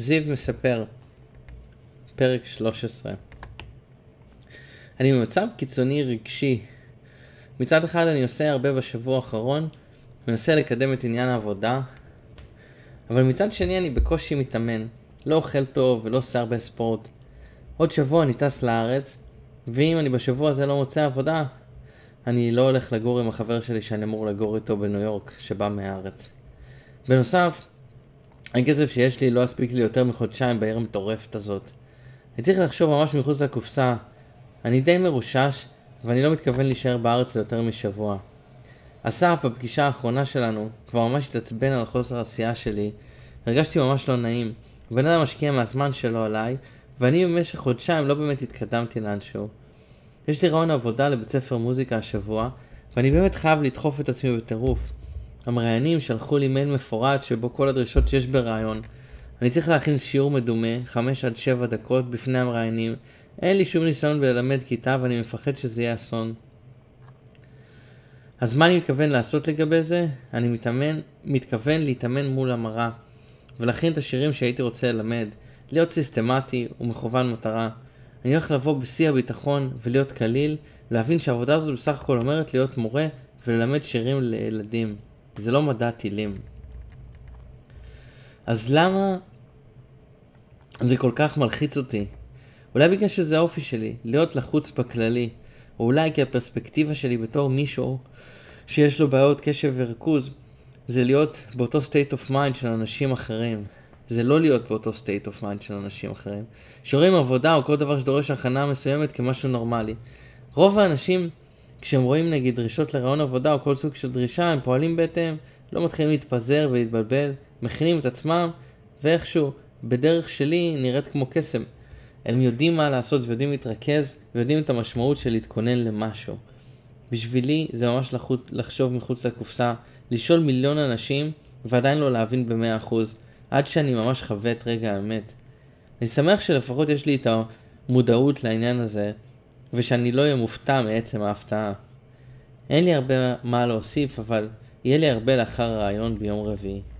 זיו מספר, פרק 13. אני במצב קיצוני רגשי. מצד אחד אני עושה הרבה בשבוע האחרון, מנסה לקדם את עניין העבודה, אבל מצד שני אני בקושי מתאמן, לא אוכל טוב ולא עושה הרבה ספורט. עוד שבוע אני טס לארץ, ואם אני בשבוע הזה לא מוצא עבודה, אני לא הולך לגור עם החבר שלי שאני אמור לגור איתו בניו יורק, שבא מהארץ. בנוסף, הכסף שיש לי לא אספיק לי יותר מחודשיים בעיר המטורפת הזאת. אני צריך לחשוב ממש מחוץ לקופסה. אני די מרושש, ואני לא מתכוון להישאר בארץ ליותר משבוע. אסף, בפגישה האחרונה שלנו, כבר ממש התעצבן על חוסר העשייה שלי. הרגשתי ממש לא נעים. בן אדם משקיע מהזמן שלו עליי, ואני במשך חודשיים לא באמת התקדמתי לאנשהו. יש לי רעיון עבודה לבית ספר מוזיקה השבוע, ואני באמת חייב לדחוף את עצמי בטירוף. המראיינים שלחו לי מייל מפורט שבו כל הדרישות שיש ברעיון. אני צריך להכין שיעור מדומה, 5 עד 7 דקות בפני המראיינים. אין לי שום ניסיון בללמד כיתה ואני מפחד שזה יהיה אסון. אז מה אני מתכוון לעשות לגבי זה? אני מתכוון להתאמן מול המראה, ולהכין את השירים שהייתי רוצה ללמד, להיות סיסטמטי ומכוון מטרה. אני הולך לבוא בשיא הביטחון ולהיות קליל, להבין שהעבודה הזאת בסך הכל אומרת להיות מורה וללמד שירים לילדים. זה לא מדע טילים. אז למה זה כל כך מלחיץ אותי? אולי בגלל שזה האופי שלי, להיות לחוץ בכללי, או אולי כי הפרספקטיבה שלי בתור מישהו שיש לו בעיות קשב וריכוז, זה להיות באותו state of mind של אנשים אחרים. זה לא להיות באותו state of mind של אנשים אחרים. שרואים עבודה או כל דבר שדורש הכנה מסוימת כמשהו נורמלי. רוב האנשים, כשהם רואים נגיד דרישות לרעיון עבודה או כל סוג של דרישה, הם פועלים בהתאם, לא מתחילים להתפזר ולהתבלבל, מכינים את עצמם, ואיכשהו, בדרך שלי, נראית כמו קסם. הם יודעים מה לעשות ויודעים להתרכז, ויודעים את המשמעות של להתכונן למשהו. בשבילי זה ממש לחשוב מחוץ לקופסה, לשאול מיליון אנשים, ועדיין לא להבין ב100%, עד שאני ממש חווה את רגע האמת. אני שמח שלפחות יש לי את המודעות לעניין הזה, ושאני לא אהיה מופתע מעצם ההפתעה. אין לי הרבה מה להוסיף, אבל יהיה לי הרבה לאחר הרעיון ביום רביעי.